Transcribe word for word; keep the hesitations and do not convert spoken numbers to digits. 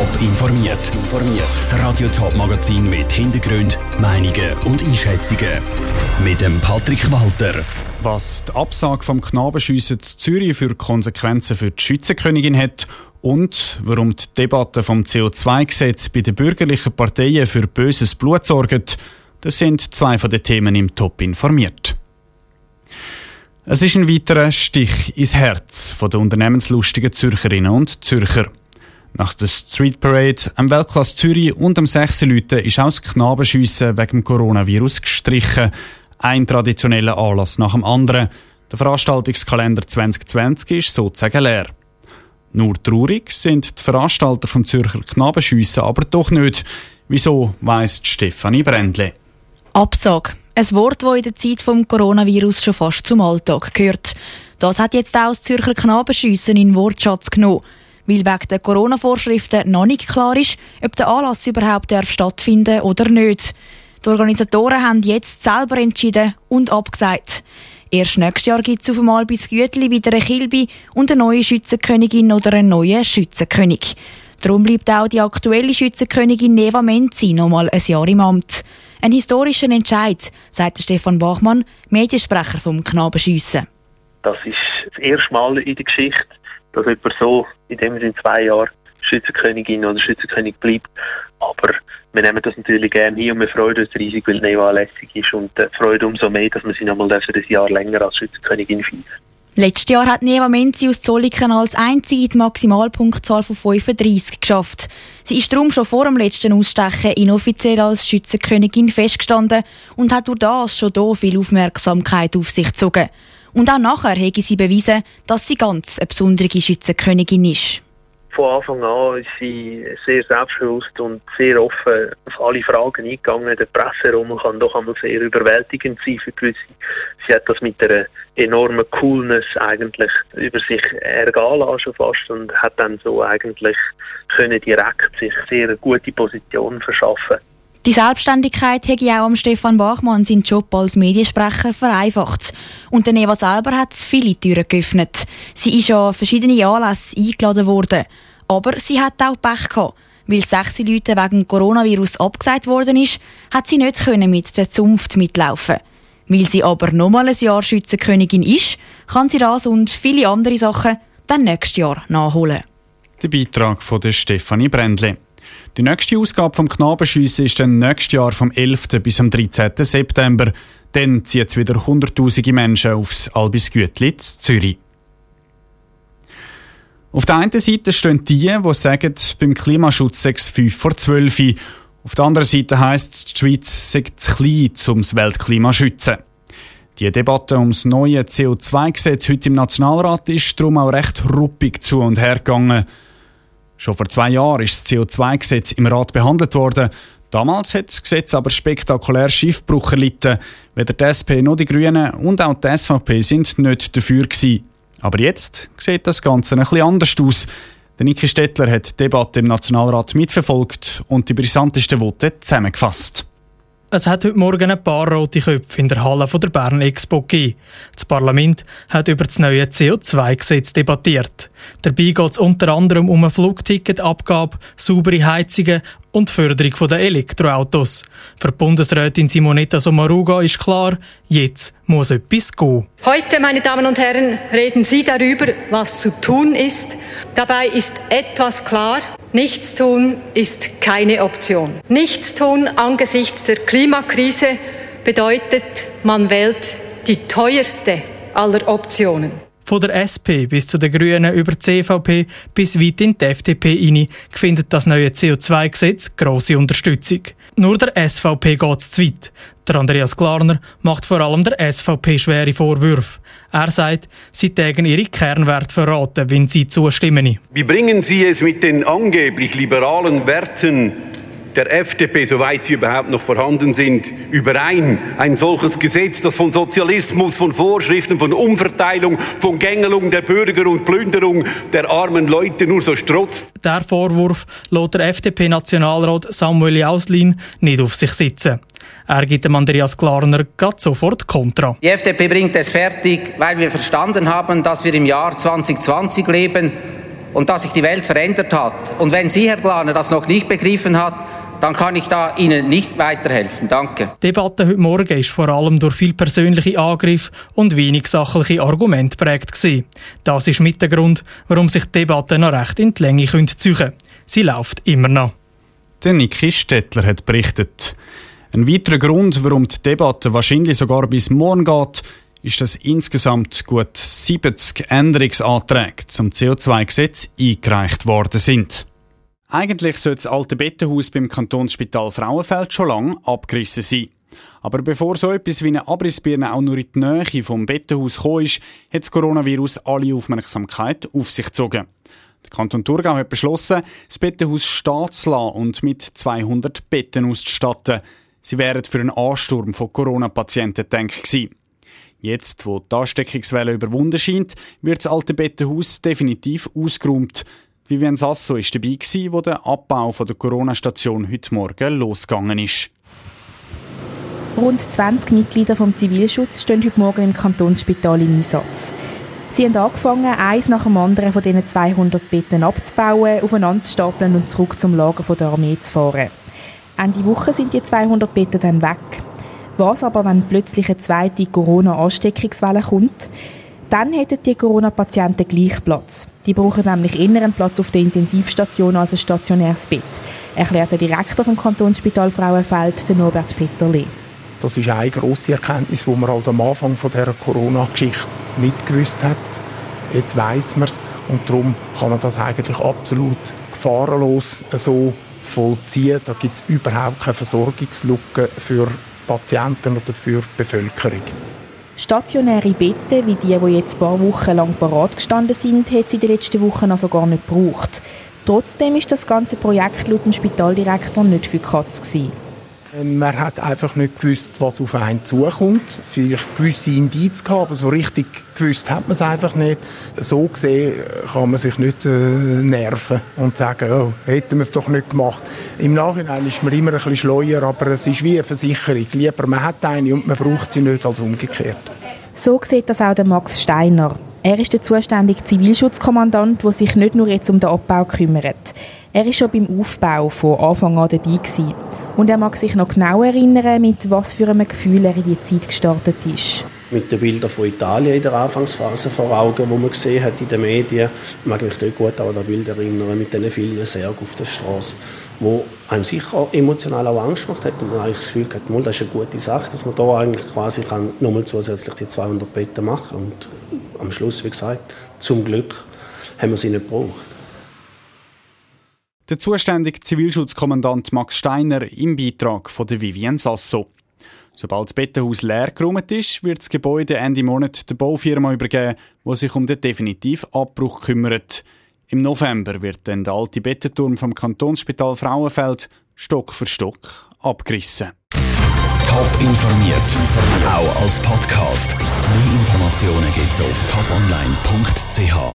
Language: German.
Top informiert. Das Radio Top Magazin mit Hintergrund, Meinungen und Einschätzungen mit dem Patrick Walter. Was die Absage vom Knabenschiessen zu Zürich für Konsequenzen für die Schützenkönigin hat und warum die Debatte vom C O zwei Gesetz bei den bürgerlichen Parteien für böses Blut sorgt, das sind zwei von den Themen im Top informiert. Es ist ein weiterer Stich ins Herz der unternehmenslustigen Zürcherinnen und Zürcher. Nach der Street Parade am Weltklasse Zürich und am Sechsenleuten ist auch das Knabenschiessen wegen dem Coronavirus gestrichen. Ein traditioneller Anlass nach dem anderen. Der Veranstaltungskalender zwanzig zwanzig ist sozusagen leer. Nur traurig sind die Veranstalter vom Zürcher Knabenschiessen aber doch nicht. Wieso, weiss Stefanie Brändle. Absage. Ein Wort, das in der Zeit des Coronavirus schon fast zum Alltag gehört. Das hat jetzt auch das Zürcher Knabenschiessen in den Wortschatz genommen. Weil wegen der Corona-Vorschriften noch nicht klar ist, ob der Anlass überhaupt stattfinden darf oder nicht. Die Organisatoren haben jetzt selber entschieden und abgesagt. Erst nächstes Jahr gibt es auf einmal bis Gütli wieder eine Kilbi und eine neue Schützenkönigin oder einen neuen Schützenkönig. Darum bleibt auch die aktuelle Schützenkönigin Neva Menzi noch mal ein Jahr im Amt. Ein historischer Entscheid, sagt Stefan Bachmann, Mediensprecher vom Knabenschiessen. Das ist das erste Mal in der Geschichte, dass jemand so in dem Sinne zwei Jahre Schützenkönigin oder Schützenkönig bleibt. Aber wir nehmen das natürlich gerne hin und wir freuen uns riesig, weil Neva lässig ist und äh, freuen umso mehr, dass wir sie noch mal für ein Jahr länger als Schützenkönigin feiern. Letztes Jahr hat Neva Menzi aus Zolliken als einzige die Maximalpunktzahl von fünfunddreissig geschafft. Sie ist darum schon vor dem letzten Ausstechen inoffiziell als Schützenkönigin festgestanden und hat durch das schon hier viel Aufmerksamkeit auf sich gezogen. Und auch nachher habe sie bewiesen, dass sie ganz eine besondere Schützenkönigin ist. Von Anfang an ist sie sehr selbstbewusst und sehr offen auf alle Fragen eingegangen. Der Presseraum kann doch einmal sehr überwältigend sein für gewisse. Sie hat das mit einer enormen Coolness eigentlich über sich ergehen lassen schon fast und hat dann so eigentlich können direkt sich sehr gute Position verschaffen. Die Selbstständigkeit hätte auch am Stefan Bachmann seinen Job als Mediensprecher vereinfacht. Und der Neva selber hat viele Türen geöffnet. Sie ist an verschiedene Anlässe eingeladen worden. Aber sie hat auch Pech gehabt. Weil sechs Leute wegen Coronavirus abgesagt worden ist, hat sie nicht mit der Zunft mitlaufen. Weil sie aber nochmal ein Jahr Schützenkönigin ist, kann sie das und viele andere Sachen dann nächstes Jahr nachholen. Der Beitrag von der Stefanie Brändle. Die nächste Ausgabe vom Knabenschiessen ist dann nächstes Jahr vom elften bis am dreizehnten September. Dann zieht es wieder hunderttausende Menschen aufs Albis Gütli in Zürich. Auf der einen Seite stehen die, die sagen, beim Klimaschutz sei es fünf vor zwölf. Auf der anderen Seite heisst es, die Schweiz sei zu klein, um das Weltklima zu schützen. Die Debatte um das neue C O zwei Gesetz heute im Nationalrat ist darum auch recht ruppig zu und her gegangen. Schon vor zwei Jahren ist das C O zwei Gesetz im Rat behandelt worden. Damals hat das Gesetz aber spektakulär Schiffbruch erlitten. Weder die S P noch die Grünen und auch die S V P sind nicht dafür gewesen. Aber jetzt sieht das Ganze ein bisschen anders aus. Der Niki Stettler hat die Debatte im Nationalrat mitverfolgt und die brisantesten Voten zusammengefasst. Es hat heute Morgen ein paar rote Köpfe in der Halle der Bern Expo gegeben. Das Parlament hat über das neue C O zwei Gesetz debattiert. Dabei geht es unter anderem um eine Flugticketabgabe, saubere Heizungen und die Förderung der Elektroautos. Für Bundesrätin Simonetta Sommaruga ist klar, jetzt muss etwas gehen. Heute, meine Damen und Herren, reden Sie darüber, was zu tun ist. Dabei ist etwas klar. Nichts tun ist keine Option. Nichts tun angesichts der Klimakrise bedeutet, man wählt die teuerste aller Optionen. Von der S P bis zu den Grünen über die C V P bis weit in die F D P hinein findet das neue C O zwei Gesetz grosse Unterstützung. Nur der S V P geht es zu weit. Der Andreas Glarner macht vor allem der S V P schwere Vorwürfe. Er sagt, sie tägen ihre Kernwerte verraten, wenn sie zustimmen. Wie bringen Sie es mit den angeblich liberalen Werten der F D P, soweit sie überhaupt noch vorhanden sind, überein? Ein solches Gesetz, das von Sozialismus, von Vorschriften, von Umverteilung, von Gängelung der Bürger und Plünderung der armen Leute nur so strotzt. Der Vorwurf lässt der F D P-Nationalrat Samuel Jauslin nicht auf sich sitzen. Er gibt dem Andreas Glarner grad sofort Kontra. Die F D P bringt es fertig, weil wir verstanden haben, dass wir im Jahr zwanzig zwanzig leben und dass sich die Welt verändert hat. Und wenn Sie, Herr Glaner, das noch nicht begriffen hat, dann kann ich da Ihnen nicht weiterhelfen. Danke. Die Debatte heute Morgen ist vor allem durch viel persönliche Angriffe und wenig sachliche Argumente geprägt gewesen. Das ist mit der Grund, warum sich die Debatte noch recht in die Länge ziehen könnte. Sie läuft immer noch. Der Niki Stettler hat berichtet. Ein weiterer Grund, warum die Debatte wahrscheinlich sogar bis morgen geht, ist, dass insgesamt gut siebzig Änderungsanträge zum C O zwei Gesetz eingereicht worden sind. Eigentlich sollte das alte Bettenhaus beim Kantonsspital Frauenfeld schon lange abgerissen sein. Aber bevor so etwas wie eine Abrissbirne auch nur in die Nähe vom Bettenhaus gekommen ist, hat das Coronavirus alle Aufmerksamkeit auf sich gezogen. Der Kanton Thurgau hat beschlossen, das Bettenhaus stehen zu lassen und mit zweihundert Betten auszustatten. Sie wären für einen Ansturm von Corona-Patienten gedacht gewesen. Jetzt, wo die Ansteckungswelle überwunden scheint, wird das alte Bettenhaus definitiv ausgeräumt. Vivian Sasso war dabei, wo der Abbau der Corona-Station heute Morgen losgegangen ist. Rund zwanzig Mitglieder vom Zivilschutz stehen heute Morgen im Kantonsspital im Einsatz. Sie haben angefangen, eins nach dem anderen von diesen zweihundert Betten abzubauen, aufeinander zu stapeln und zurück zum Lager der Armee zu fahren. Ende Woche sind die zweihundert Betten dann weg. Was aber, wenn plötzlich eine zweite Corona-Ansteckungswelle kommt? Dann hätten die Corona-Patienten gleich Platz. Die brauchen nämlich eher einen Platz auf der Intensivstation als ein stationäres Bett, erklärt der Direktor vom Kantonsspital Frauenfeld, Norbert Vetterli. Das ist eine grosse Erkenntnis, die man halt am Anfang von dieser Corona-Geschichte nicht gewusst hat. Jetzt weiss man es und darum kann man das eigentlich absolut gefahrenlos so vollziehen. Da gibt es überhaupt keine Versorgungslücke für Patienten oder für die Bevölkerung. Stationäre Betten, wie die, die jetzt ein paar Wochen lang parat gestanden sind, hat es in den letzten Wochen also gar nicht gebraucht. Trotzdem ist das ganze Projekt laut dem Spitaldirektor nicht für die Katz gewesen. Man hat einfach nicht gewusst, was auf einen zukommt. Vielleicht gewisse Indizien gehabt, aber so richtig gewusst hat man es einfach nicht. So gesehen kann man sich nicht äh, nerven und sagen, oh, hätten wir es doch nicht gemacht. Im Nachhinein ist man immer ein bisschen schleuer, aber es ist wie eine Versicherung. Lieber man hat eine und man braucht sie nicht als umgekehrt. So sieht das auch der Max Steiner. Er ist der zuständige Zivilschutzkommandant, der sich nicht nur jetzt um den Abbau kümmert. Er war schon beim Aufbau von Anfang an dabei gewesen. Und er mag sich noch genau erinnern, mit was für einem Gefühl er in die Zeit gestartet ist. Mit den Bildern von Italien in der Anfangsphase vor Augen, die man gesehen hat in den Medien, ich mag mich dort gut an das Bild erinnern, mit diesen vielen Särgen auf der Straße, wo einem sicher emotional auch Angst macht hat und man eigentlich das Gefühl hat, das ist eine gute Sache, dass man da eigentlich quasi kann nochmal zusätzlich die zweihundert Betten machen kann. Und am Schluss, wie gesagt, zum Glück haben wir sie nicht gebraucht. Der zuständige Zivilschutzkommandant Max Steiner im Beitrag von der Vivian Sasso. Sobald das Bettenhaus leer geräumt ist, wird das Gebäude Ende Monat der Baufirma übergeben, die sich um den definitiven Abbruch kümmert. Im November wird dann der alte Bettenturm vom Kantonsspital Frauenfeld Stock für Stock abgerissen. Top informiert, auch als Podcast. Mehr Informationen gibt's auf top online punkt c h.